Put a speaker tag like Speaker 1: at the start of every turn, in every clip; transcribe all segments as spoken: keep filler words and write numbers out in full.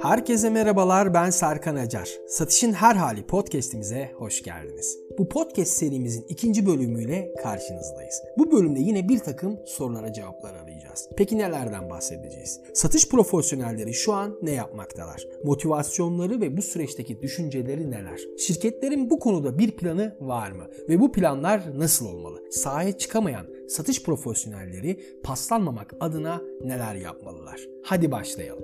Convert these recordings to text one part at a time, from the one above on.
Speaker 1: Herkese merhabalar, ben Serkan Acar. Satışın Her Hali podcast'imize hoş geldiniz. Bu podcast serimizin ikinci bölümüyle karşınızdayız. Bu bölümde yine bir takım sorulara cevaplar arayacağız. Peki nelerden bahsedeceğiz? Satış profesyonelleri şu an ne yapmaktalar? Motivasyonları ve bu süreçteki düşünceleri neler? Şirketlerin bu konuda bir planı var mı? Ve bu planlar nasıl olmalı? Sahaya çıkamayan satış profesyonelleri paslanmamak adına neler yapmalılar? Hadi başlayalım.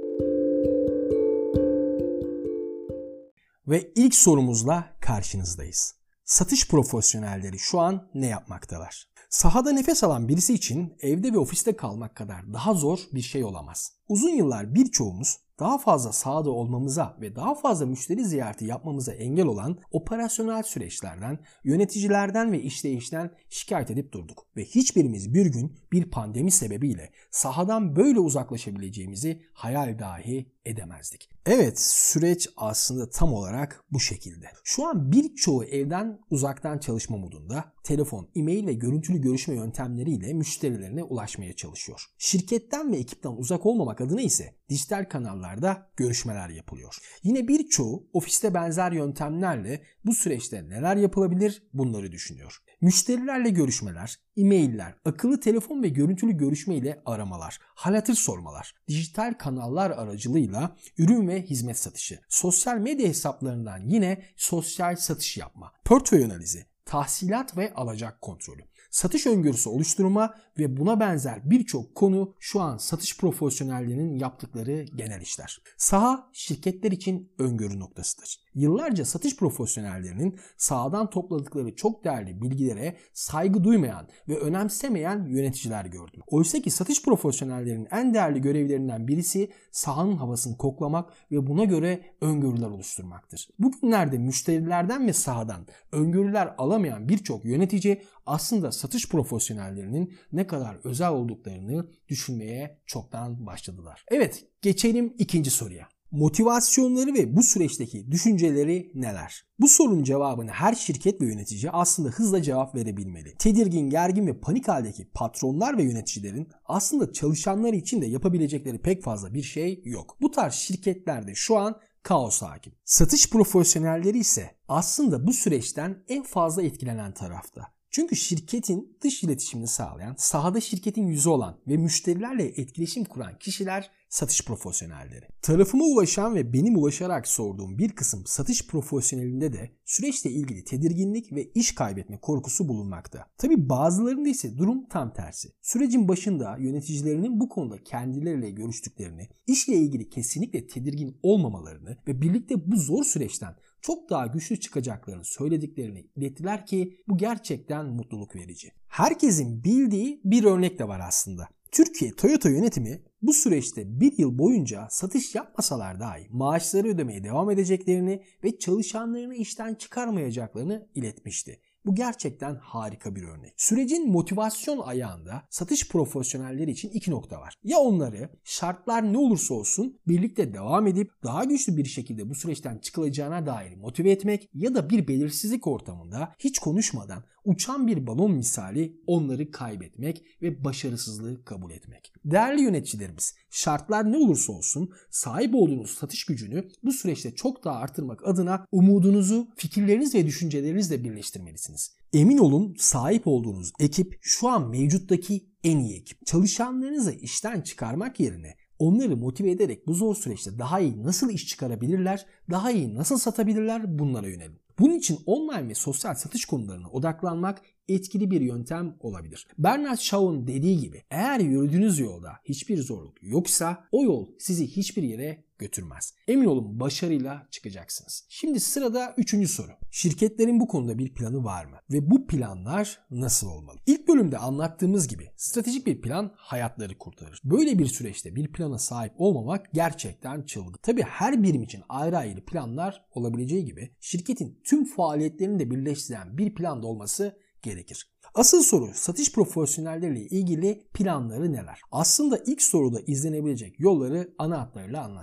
Speaker 1: Ve ilk sorumuzla karşınızdayız. Satış profesyonelleri şu an ne yapmaktalar? Sahada nefes alan birisi için evde ve ofiste kalmak kadar daha zor bir şey olamaz. Uzun yıllar birçoğumuz daha fazla sahada olmamıza ve daha fazla müşteri ziyareti yapmamıza engel olan operasyonel süreçlerden, yöneticilerden ve işleyişten şikayet edip durduk. Ve hiçbirimiz bir gün bir pandemi sebebiyle sahadan böyle uzaklaşabileceğimizi hayal dahi edemezdik. Evet, süreç aslında tam olarak bu şekilde. Şu an birçoğu evden uzaktan çalışma modunda, telefon, e-mail ve görüntülü görüşme yöntemleriyle müşterilerine ulaşmaya çalışıyor. Şirketten ve ekipten uzak olmamak adına ise dijital kanallarda görüşmeler yapılıyor. Yine birçoğu ofiste benzer yöntemlerle bu süreçte neler yapılabilir bunları düşünüyor. Müşterilerle görüşmeler, e-mailler, akıllı telefon ve görüntülü görüşme ile aramalar, hal hatır sormalar, dijital kanallar aracılığıyla ürün ve hizmet satışı, sosyal medya hesaplarından yine sosyal satış yapma, portföy analizi, tahsilat ve alacak kontrolü, satış öngörüsü oluşturma ve buna benzer birçok konu şu an satış profesyonellerinin yaptıkları genel işler. Saha şirketler için öngörü noktasıdır. Yıllarca satış profesyonellerinin sahadan topladıkları çok değerli bilgilere saygı duymayan ve önemsemeyen yöneticiler gördüm. Oysa ki satış profesyonellerinin en değerli görevlerinden birisi sahanın havasını koklamak ve buna göre öngörüler oluşturmaktır. Bugünlerde müşterilerden ve sahadan öngörüler alamayan birçok yönetici aslında satış profesyonellerinin ne kadar özel olduklarını düşünmeye çoktan başladılar. Evet, geçelim ikinci soruya. Motivasyonları ve bu süreçteki düşünceleri neler? Bu sorunun cevabını her şirket ve yönetici aslında hızla cevap verebilmeli. Tedirgin, gergin ve panik haldeki patronlar ve yöneticilerin aslında çalışanları için de yapabilecekleri pek fazla bir şey yok. Bu tarz şirketlerde şu an kaos hakim. Satış profesyonelleri ise aslında bu süreçten en fazla etkilenen tarafta. Çünkü şirketin dış iletişimini sağlayan, sahada şirketin yüzü olan ve müşterilerle etkileşim kuran kişiler satış profesyonelleri. Tarafıma ulaşan ve benim ulaşarak sorduğum bir kısım satış profesyonelinde de süreçle ilgili tedirginlik ve iş kaybetme korkusu bulunmakta. Tabii bazılarında ise durum tam tersi. Sürecin başında yöneticilerinin bu konuda kendileriyle görüştüklerini, işle ilgili kesinlikle tedirgin olmamalarını ve birlikte bu zor süreçten çok daha güçlü çıkacaklarını söylediklerini ilettiler ki bu gerçekten mutluluk verici. Herkesin bildiği bir örnek de var aslında. Türkiye Toyota yönetimi bu süreçte bir yıl boyunca satış yapmasalar dahi maaşları ödemeye devam edeceklerini ve çalışanlarını işten çıkarmayacaklarını iletmişti. Bu gerçekten harika bir örnek. Sürecin motivasyon ayağında satış profesyonelleri için iki nokta var. Ya onları şartlar ne olursa olsun birlikte devam edip daha güçlü bir şekilde bu süreçten çıkılacağına dair motive etmek ya da bir belirsizlik ortamında hiç konuşmadan uçan bir balon misali onları kaybetmek ve başarısızlığı kabul etmek. Değerli yöneticilerimiz, şartlar ne olursa olsun sahip olduğunuz satış gücünü bu süreçte çok daha artırmak adına umudunuzu fikirleriniz ve düşüncelerinizle birleştirmelisiniz. Emin olun sahip olduğunuz ekip şu an mevcuttaki en iyi ekip. Çalışanlarınızı işten çıkarmak yerine onları motive ederek bu zor süreçte daha iyi nasıl iş çıkarabilirler, daha iyi nasıl satabilirler bunlara yönelin. Bunun için online ve sosyal satış konularına odaklanmak etkili bir yöntem olabilir. Bernard Shaw'un dediği gibi eğer yürüdüğünüz yolda hiçbir zorluk yoksa o yol sizi hiçbir yere götürmez. Emin olun başarıyla çıkacaksınız. Şimdi sırada üçüncü soru. Şirketlerin bu konuda bir planı var mı? Ve bu planlar nasıl olmalı? İlk bölümde anlattığımız gibi stratejik bir plan hayatları kurtarır. Böyle bir süreçte bir plana sahip olmamak gerçekten çılgın. Tabii her birim için ayrı ayrı planlar olabileceği gibi şirketin tüm faaliyetlerini de birleştiren bir plan da olması gerekir. Asıl soru satış profesyonelleriyle ilgili planları neler? Aslında ilk soruda izlenebilecek yolları ana hatlarıyla anlattık.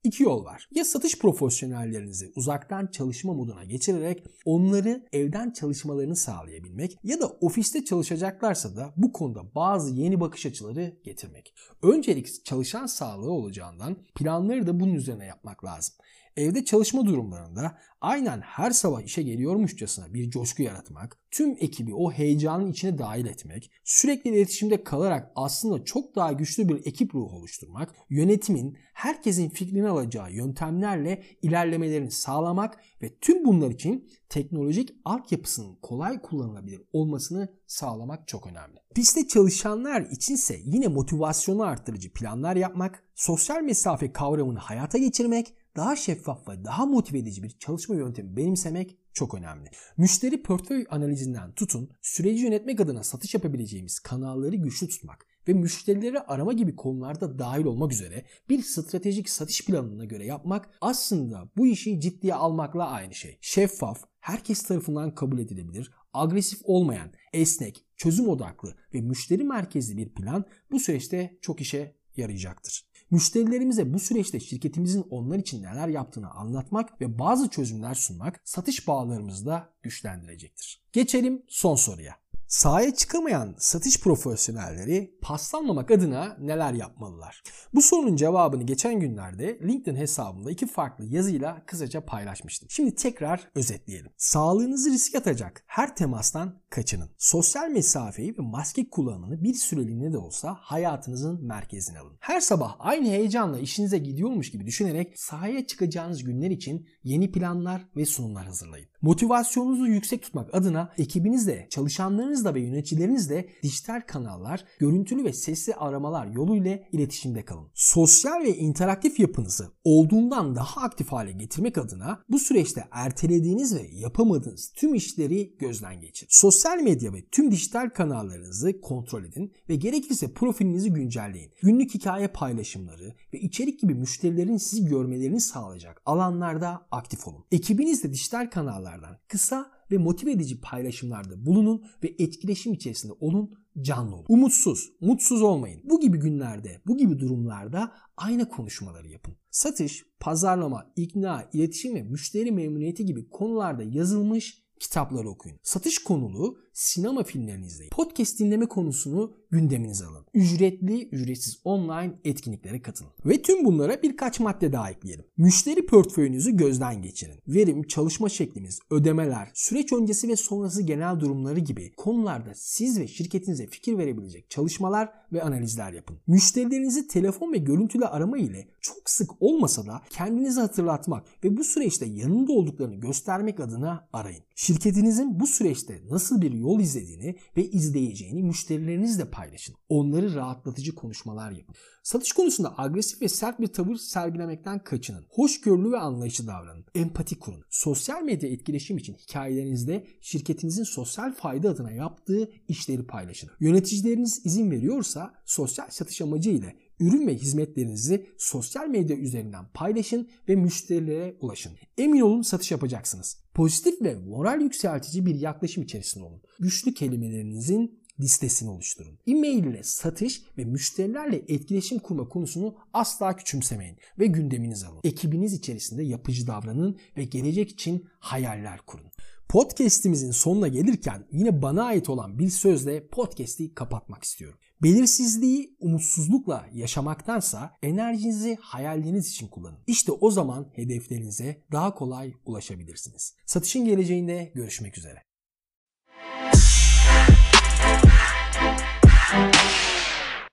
Speaker 1: İki yol var. Ya satış profesyonellerinizi uzaktan çalışma moduna geçirerek onları evden çalışmalarını sağlayabilmek ya da ofiste çalışacaklarsa da bu konuda bazı yeni bakış açıları getirmek. Öncelik çalışan sağlığı olacağından planları da bunun üzerine yapmak lazım. Evde çalışma durumlarında aynen her sabah işe geliyormuşçasına bir coşku yaratmak, tüm ekibi o heyecanın içine dahil etmek, sürekli iletişimde kalarak aslında çok daha güçlü bir ekip ruhu oluşturmak, yönetimin herkesin fikrini alacağı yöntemlerle ilerlemelerini sağlamak ve tüm bunlar için teknolojik altyapısının kolay kullanılabilir olmasını sağlamak çok önemli. Pistte çalışanlar içinse yine motivasyonu arttırıcı planlar yapmak, sosyal mesafe kavramını hayata geçirmek, daha şeffaf ve daha motive edici bir çalışma yöntemi benimsemek çok önemli. Müşteri portföy analizinden tutun, süreci yönetmek adına satış yapabileceğimiz kanalları güçlü tutmak ve müşterileri arama gibi konularda dahil olmak üzere bir stratejik satış planına göre yapmak aslında bu işi ciddiye almakla aynı şey. Şeffaf, herkes tarafından kabul edilebilir, agresif olmayan, esnek, çözüm odaklı ve müşteri merkezli bir plan bu süreçte çok işe yarayacaktır. Müşterilerimize bu süreçte şirketimizin onlar için neler yaptığını anlatmak ve bazı çözümler sunmak satış bağlarımızı da güçlendirecektir. Geçelim son soruya. Sahaya çıkamayan satış profesyonelleri paslanmamak adına neler yapmalılar? Bu sorunun cevabını geçen günlerde LinkedIn hesabımda iki farklı yazıyla kısaca paylaşmıştım. Şimdi tekrar özetleyelim. Sağlığınızı riske atacak her temastan kaçının. Sosyal mesafeyi ve maske kullanımını bir süreliğine de olsa hayatınızın merkezine alın. Her sabah aynı heyecanla işinize gidiyormuş gibi düşünerek sahaya çıkacağınız günler için yeni planlar ve sunumlar hazırlayın. Motivasyonunuzu yüksek tutmak adına ekibinizle, çalışanlarınızla ve yöneticilerinizle dijital kanallar, görüntülü ve sesli aramalar yoluyla iletişimde kalın. Sosyal ve interaktif yapınızı olduğundan daha aktif hale getirmek adına bu süreçte ertelediğiniz ve yapamadığınız tüm işleri gözden geçirin. Sosyal medya ve tüm dijital kanallarınızı kontrol edin ve gerekirse profilinizi güncelleyin. Günlük hikaye paylaşımları ve içerik gibi müşterilerin sizi görmelerini sağlayacak alanlarda aktif olun. Ekibinizle dijital kanallardan kısa ve motive edici paylaşımlarda bulunun ve etkileşim içerisinde olun, canlı olun. Umutsuz, mutsuz olmayın. Bu gibi günlerde, bu gibi durumlarda ayna konuşmaları yapın. Satış, pazarlama, ikna, iletişim ve müşteri memnuniyeti gibi konularda yazılmış kitapları okuyun. Satış konulu sinema filmlerini izleyin. Podcast dinleme konusunu gündeminize alın. Ücretli, ücretsiz online etkinliklere katılın. Ve tüm bunlara birkaç madde daha ekleyelim. Müşteri portföyünüzü gözden geçirin. Verim, çalışma şeklimiz, ödemeler, süreç öncesi ve sonrası genel durumları gibi konularda siz ve şirketinize fikir verebilecek çalışmalar ve analizler yapın. Müşterilerinizi telefon ve görüntülü arama ile çok sık olmasa da kendinizi hatırlatmak ve bu süreçte yanında olduklarını göstermek adına arayın. Şirketinizin bu süreçte nasıl bir yol izlediğini ve izleyeceğini müşterilerinizle paylaşın. Onları rahatlatıcı konuşmalar yapın. Satış konusunda agresif ve sert bir tavır sergilemekten kaçının. Hoşgörülü ve anlayışlı davranın. Empati kurun. Sosyal medya etkileşim için hikayelerinizde şirketinizin sosyal fayda adına yaptığı işleri paylaşın. Yöneticileriniz izin veriyorsa sosyal satış amacı ile ürün ve hizmetlerinizi sosyal medya üzerinden paylaşın ve müşterilere ulaşın. Emin olun satış yapacaksınız. Pozitif ve moral yükseltici bir yaklaşım içerisinde olun. Güçlü kelimelerinizin listesini oluşturun. E-mail ile satış ve müşterilerle etkileşim kurma konusunu asla küçümsemeyin ve gündeminize alın. Ekibiniz içerisinde yapıcı davranın ve gelecek için hayaller kurun. Podcast'imizin sonuna gelirken yine bana ait olan bir sözle podcast'i kapatmak istiyorum. Belirsizliği umutsuzlukla yaşamaktansa enerjinizi hayalleriniz için kullanın. İşte o zaman hedeflerinize daha kolay ulaşabilirsiniz. Satışın geleceğinde görüşmek üzere.